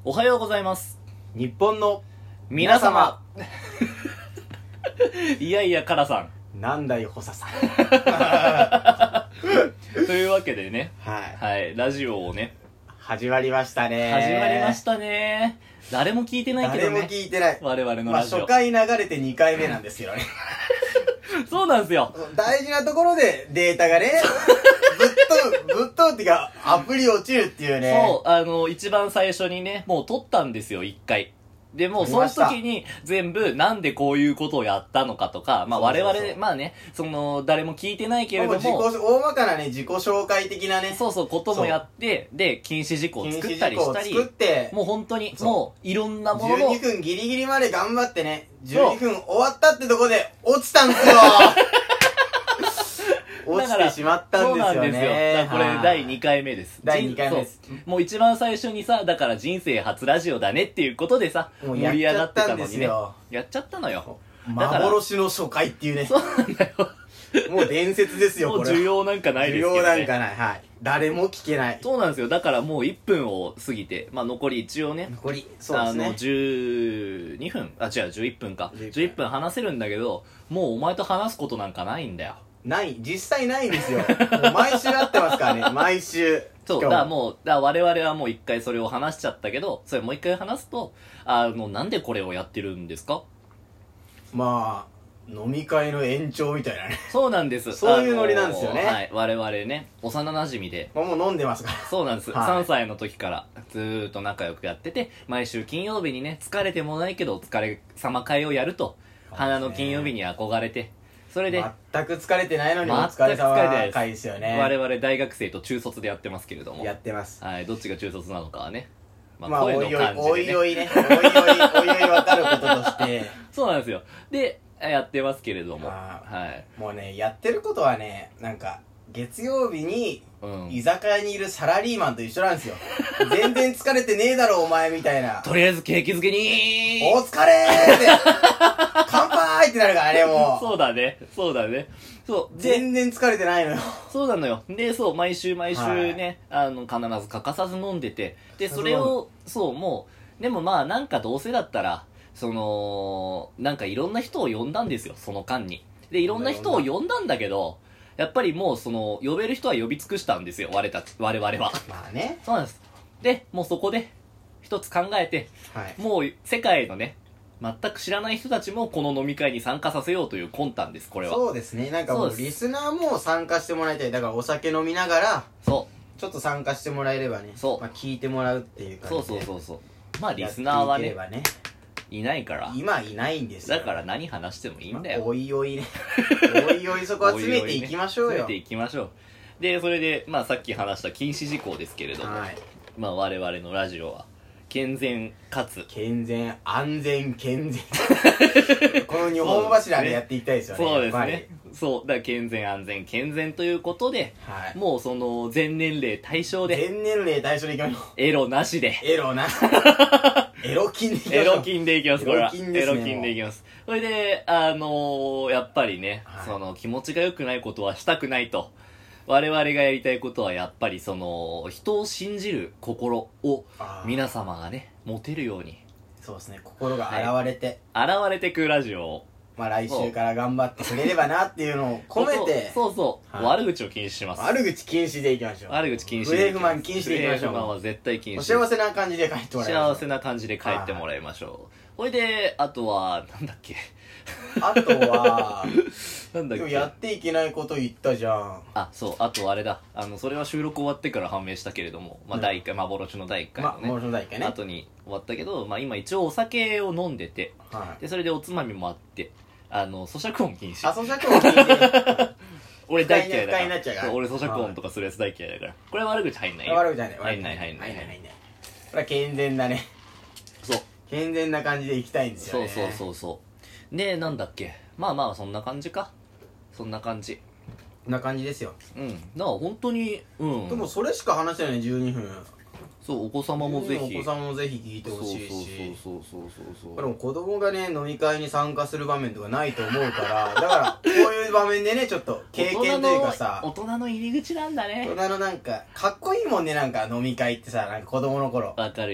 おはようございます。 日本の皆様。いやいや、カラさん。 なんだい、補佐さん。 というわけでね、 はい。 はい、ラジオをね、 始まりましたね。 始まりましたね。誰も聞いてないけどね。 誰も聞いてない。 我々のラジオ。 初回流れて2回目なんですよね。 そうなんですよ。 大事なところでデータがね、ぶっ飛ぶっていうか、アプリ落ちるっていうね。 そう、一番最初にね、もう撮ったんですよ、1回。で、もうその時に全部なんでこういうことをやったのかとか、まあ我々、まあね、誰も聞いてないけれども、 大まかなね、自己紹介的なね。 そうそう、こともやって、で、禁止事項を作ったりしたり、もう本当に、もういろんなものの。 12分ギリギリまで頑張ってね、12分終わったってとこで落ちたんですよ。落ちてしまったんですよね。そうなんですよ。 だからこれ第2回目です。 第2回目です。 もう一番最初にさ、だから人生初ラジオだねっていうことでさ、盛り上がってたのにね。やっちゃったのよ。 幻の初回っていうね。 そうなんだよ。 もう伝説ですよ、 これ。もう需要なんかないですけどね。 需要なんかない。はい。誰も聞けない。 そうなんですよ。だからもう1分を過ぎて、まあ残り一応ね。 残り、そうですね。 12分、あ、違う、11分か。11分話せるんだけど、もうお前と話すことなんかないんだよ。 実際ないんですよ。もう毎週会ってますからね、毎週。 そう、だから我々はもう一回それを話しちゃったけど、それもう一回話すと、なんでこれをやってるんですか？ まあ、飲み会の延長みたいなね。 そうなんです。 そういうノリなんですよね。 はい、我々ね、幼馴染で。 もう飲んでますから。 そうなんです。3歳の時からずーっと仲良くやってて、毎週金曜日にね、疲れてもないけどお疲れ様会をやると、花の金曜日に憧れて、それで全く疲れてないのにお疲れ様会ですよね。 我々大学生と中卒でやってますけれども。 やってます。 はい、どっちが中卒なのかはね。 まあ、声の感じで、ね。おいおいね。おいおい分かることとして。 そうなんですよ。で、やってますけれども。 はい。 い。 もうね、やってることはね、なんか、月曜日に、居酒屋にいるサラリーマンと一緒なんですよ。全然疲れてねえだろ、お前みたいな。 とりあえず景気づけにお疲れーって乾杯ってなるからね、もう。そうだね。そうだね。そう。 全然疲れてないのよ。 そうなのよ。で、そう、毎週ね、必ず欠かさず飲んでて。で、それを、そう、もう、でもまあ、なんかどうせだったら、なんかいろんな人を呼んだんですよ、その間に。で、いろんな人を呼んだんだけど、やっぱりもう呼べる人は呼び尽くしたんですよ、我々は。 まあね。 そうなんです。で、もうそこで、一つ考えて、もう世界のね、全く知らない人たちもこの飲み会に参加させようという魂胆です、これは。 そうですね。なんかもうリスナーも参加してもらいたい。だからお酒飲みながら、ちょっと参加してもらえればね。まあ聞いてもらうっていう感じで。 そう。まあリスナーはね、いないから。 今いないんですよ。 だから何話してもいいんだよ。 おいおいね。おいおいそこは詰めていきましょうよ。 詰めていきましょう。で、それで、まあさっき話した禁止事項ですけれども、まあ我々のラジオは、健全かつ健全、安全、健全。この2本柱でやっていきたいですよね。 そうですね。そう。だから健全、安全、健全ということで、もう全年齢対象で。 全年齢対象でいきましょう。 エロなしで。 エロな。エロ金でいきましょう。 エロ金でいきます、これは。 エロ金でいきます。それで、やっぱりね、気持ちが良くないことはしたくないと。我々がやりたいことはやっぱり人を信じる心を皆様がね、持てるように。 そうですね、心が現れて。 現れてくラジオを。 まあ来週から頑張ってくれればなっていうのを込めて。 そう。悪口を禁止します。 悪口禁止でいきましょう。 悪口禁止で。不平不満禁止でいきましょう。 不平不満は絶対禁止。 幸せな感じで帰ってもらいましょう。 幸せな感じで帰ってもらいましょう。ほいで、あとは、なんだっけ。 あとは、 なんだっけ。 やっていけないこと言ったじゃん。 そう、あとあれだ。それは収録終わってから判明したけれども、まあ第1回、幻の第1回のね。 幻の第1回ね。 後に終わったけど、まあ今一応お酒を飲んでて、で、それでおつまみもあって、咀嚼音禁止。 咀嚼音禁止。 俺大嫌いだから。 不快になっちゃうから。 俺咀嚼音とかするやつ大嫌いだから。これは悪口入んないよ。 悪口入んない。 これは健全だね。 そう。 健全な感じでいきたいんですよね。 そう。で、なんだっけ。まあ、そんな感じか。そんな感じ。 そんな感じですよ。 だから本当に、でもそれしか話してないね、12分。 そう、お子様もぜひ。 お子様もぜひ聞いてほしいし。 そう。 でも子供がね、飲み会に参加する場面とかないと思うから、だから、こういう場面でね、ちょっと経験というかさ。 大人の入り口なんだね。 大人のなんか、かっこいいもんね、なんか飲み会ってさ、なんか子供の頃。 わかるよ。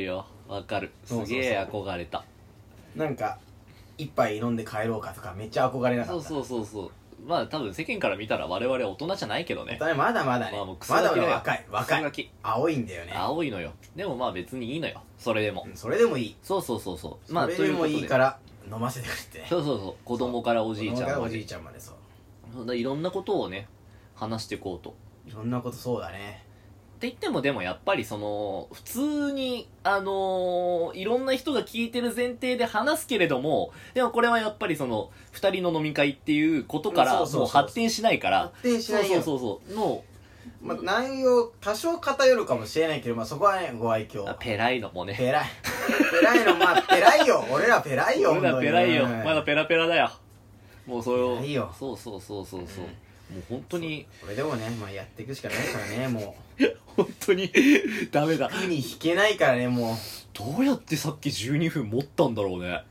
わかる。すそうそうそうげえ憧れた。 なんか一杯飲んで帰ろうかとかめっちゃ憧れなかった。 そうそうそうそう。まあ多分世間から見たら我々は大人じゃないけどね。 まだまだね、 まあもうクソまだガキだよまだ若いクソガキ青いんだよね。 青いのよ。でもまあ別にいいのよ。それでも。 それでもいい。 そうそうそうそう。 それでもいいら。 から飲ませてくれて。 そうそうそう。子供からおじいちゃんまで。 おじいちゃんまでそう。 そうだ、いろんなことをね、話していこうと。 いろんなことそうだね。 って言ってもでもやっぱりその普通にいろんな人が聞いてる前提で話すけれども、でもこれはやっぱりその2人の飲み会っていうことからもう発展しないから、 発展しないよ。 そうそうそうの、 まあ、内容多少偏るかもしれないけど、まあ、そこはねご愛嬌。 ペライのもね、 ペライの、まあペライよ。俺らペライよ。 俺らペライよ、まだペペラペラだよ。もうそれをいいよ。 そうそうそうそうそう、もう本当にそれでもね、まあやっていくしかないからね、も本当にダメだ。 うに引けないからね、もう。 どうやってさっき12分持ったんだろうね。 いや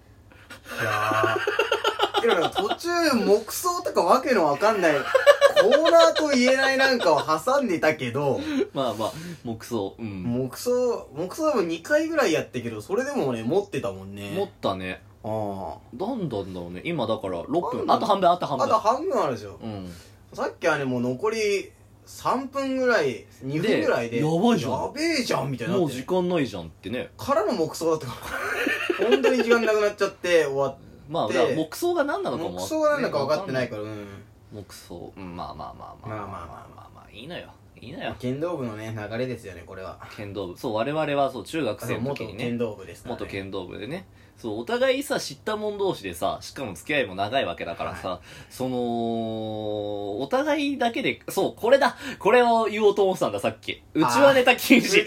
ーでもなんか途中木葬とかわけのわかんないコーナーと言えないなんかを挟んでたけど、 まあまあ木葬、 木葬も2回ぐらいやったけど、それでもね持ってたもんね。 持ったね。 あなんだんだろうね。今だから6分。 なんだあと半分、あと半分。 あと半分あるでしょ。さっきはねもう残り3分ぐらい2分ぐらいでやばいじゃん、 やべえじゃんみたいになって、 もう時間ないじゃんってね。 からの木葬だったから本当に時間なくなっちゃって終わって、 まあだから木葬が何なのかも木葬が何だか分かってないから、 木葬、まあまあまあまあまあまあまあいいのよ、いいのよ。 剣道部のね流れですよね、これは。 剣道部、そう、我々はそう中学生の時にね、 元剣道部ですからね。 元剣道部でね、そうお互いさ知った者同士でさ、しかも付き合いも長いわけだからさ、そのお互いだけで、そうこれだ、これを言おうと思ってたんださっき。うちはネタ禁止。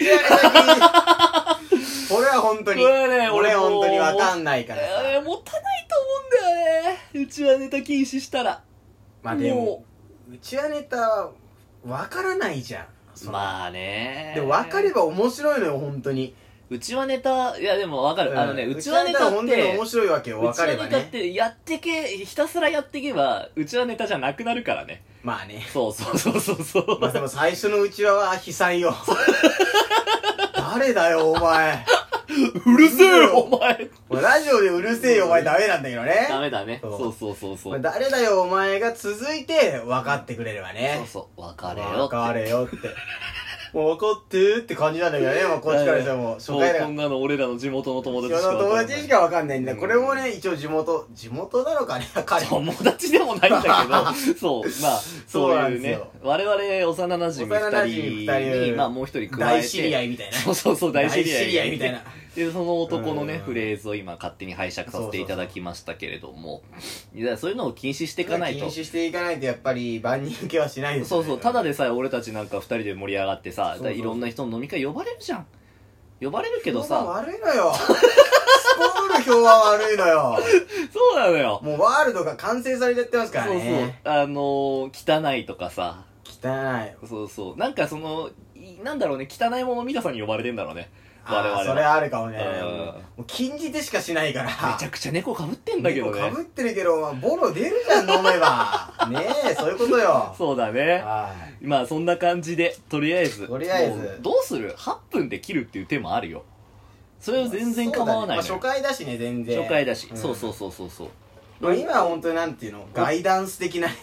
これは本当に、 これはね、 俺本当に分かんないからさ、 持たないと思うんだよね、うちはネタ禁止したら。 まあでもうちはネタ分からないじゃん。 まあね、 でも分かれば面白いのよ本当に。 うちはネタ、いやでも分かる、うちはネタって本当に面白いわけよ、分かればね。 うちはネタってやってけ、ひたすらやっていけばうちはネタじゃなくなるからね。 まあね。 そうそうそうそうそう。 まあでも最初のうちは悲惨よ。誰だよお前。 うるせえよお前。 ラジオでうるせえよお前ダメなんだけどね。 ダメだね。そうそうそうそう。 誰だよお前が続いて分かってくれればね。 そうそう、分かれよ。 分かれよって。もう分かってって感じなんだけどね、まあこっちからしても初回だから。 こんなの俺らの地元の友達しか友達しか分かんないんだ。これもね、一応地元なのかね、彼友達でもないんだけど、そう、まあ、そういうね、我々幼馴染二人に、まあもう一人加えて。 大知り合いみたいな。 そうそうそう、大知り合いみたいな。 で、その男のね、フレーズを今勝手に拝借させていただきましたけれども、いや、そういうのを禁止していかないと。 禁止していかないとやっぱり万人受けはしないですよね。 そうそう、ただでさえ俺たちなんか二人で盛り上がってさ、いろんな人の飲み会呼ばれるじゃん。呼ばれるけどさ。 評判悪いのよ。スコール評判悪いのよ。 そうなのよ。 もうワールドが完成されちゃってますからね。 そうそう。汚いとかさ。 汚い。 そうそう。なんかその、なんだろうね、汚いもの見たさに呼ばれてんだろうね。我々は。 それあるかもね。もう禁じてしかしないから。 めちゃくちゃ猫被ってんだけどね。 猫被ってるけど、ボロ出るじゃん、飲めば。ねえ、そういうことよ。 そうだね。まあそんな感じで、とりあえず。どうする ?8 分で切るっていう手もあるよ。それは全然構わないのよ。 初回だしね、全然。 初回だし。そうそうそうそうそう。 今は本当になんていうの、ガイダンス的な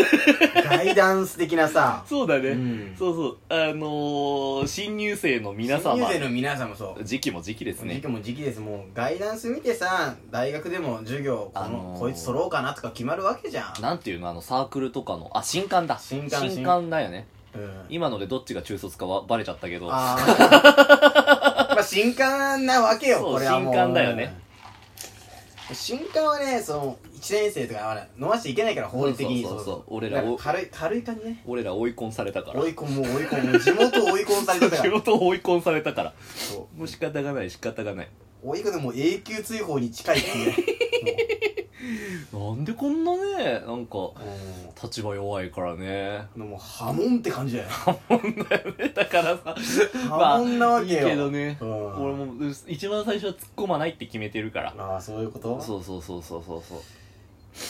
さ。 そうだね。そうそう。新入生の皆様。 新入生の皆様、そう。 時期も時期ですね。 時期も時期です。もう、ガイダンス見てさ、大学でも授業、こいつ取ろうかなとか決まるわけじゃん。 なんていうの、サークルとかの、新刊だ。新刊だよね。今のでどっちが中卒かはバレちゃったけど。まあ新刊なわけよ、これはもう。 新刊だよね。 新刊はね、その、1年生とか飲ましちゃいけないから、法律的に。 そうそう。俺ら、軽い感じね。 俺ら追い込されたから。 もう地元追い込されたから。 地元追い込されたから。そう。もう仕方がない。 追い込んでもう永久追放に近いっていうね。 なんでこんなね、なんか、立場弱いからね。 もう波紋って感じだよ。 波紋だよね。だからさ、 波紋なわけよ。 いいけどね。俺も一番最初は突っ込まないって決めてるから。 ああ、そういうこと？ そう。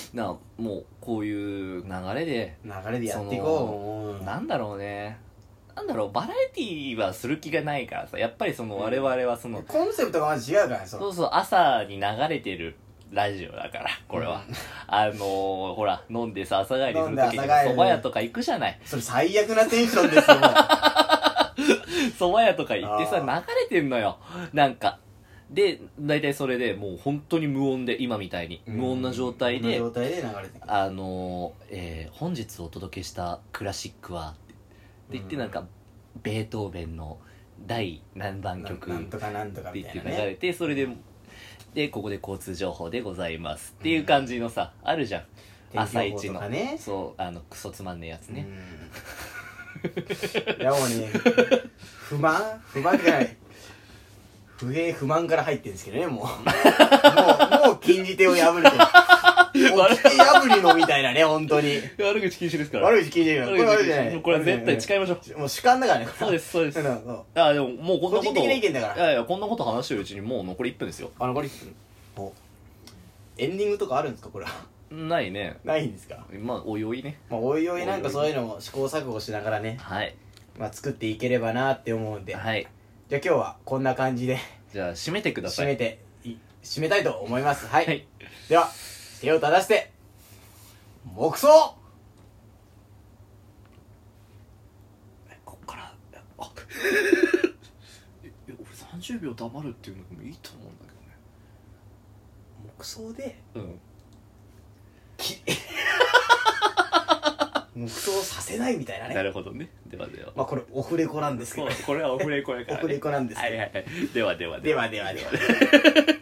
もうこういう流れでやっていこう。 なんだろうね。 なんだろう、バラエティーはする気がないからさ、やっぱりその我々はその、 コンセプトがまず違うからね。 そうそう、朝に流れてるラジオだから、これは。ほら、飲んでさ、朝帰りするときに蕎麦屋とか行くじゃない。 それ最悪なテンションですよ、もう。 蕎麦屋とか行ってさ、流れてんのよ。なんか。で、大体それでもう本当に無音で、今みたいに。無音な状態で、 無音な状態で流れてる。 本日お届けしたクラシックは、って言ってなんか、ベートーベンの第何番曲なんとかなんとかってみたいなね。 言って流れて、それで、ここで交通情報でございますっていう感じのさ、あるじゃん。朝一の。そう、クソつまんねえやつね。 いやもうね、不満じゃない。不平不満から入ってるんですけどね、もう禁じ手を破ると。掟破りのみたいなね、本当に。 悪口禁止ですから。 悪口禁止ですから。これ悪口じゃない。 これ絶対誓いましょう。 もう主観だからね。 そうです、そうです。でももうこんなこと。 個人的な意見だから。 いや、こんなこと話してるうちにもう残り1分ですよ。 残り1分。エンディングとかあるんですか、これは。 ないね。 ないんですか。 まあ、おいおいね。 おいおいなんかそういうのも試行錯誤しながらね。 はい。 作っていければなって思うんで。 はい。 じゃあ今日はこんな感じで。 じゃあ締めてください。 締めたいと思います。はい。 はい、 では、手を正して、黙想。 こっから、俺30秒黙るっていうのもいいと思うんだけどね。 黙想で、 うん黙想させないみたいなね。 なるほどね。ではでは。 これオフレコなんですけど。 これはオフレコやから、 オフレコなんですけど。 はいはいはい。ではではでは。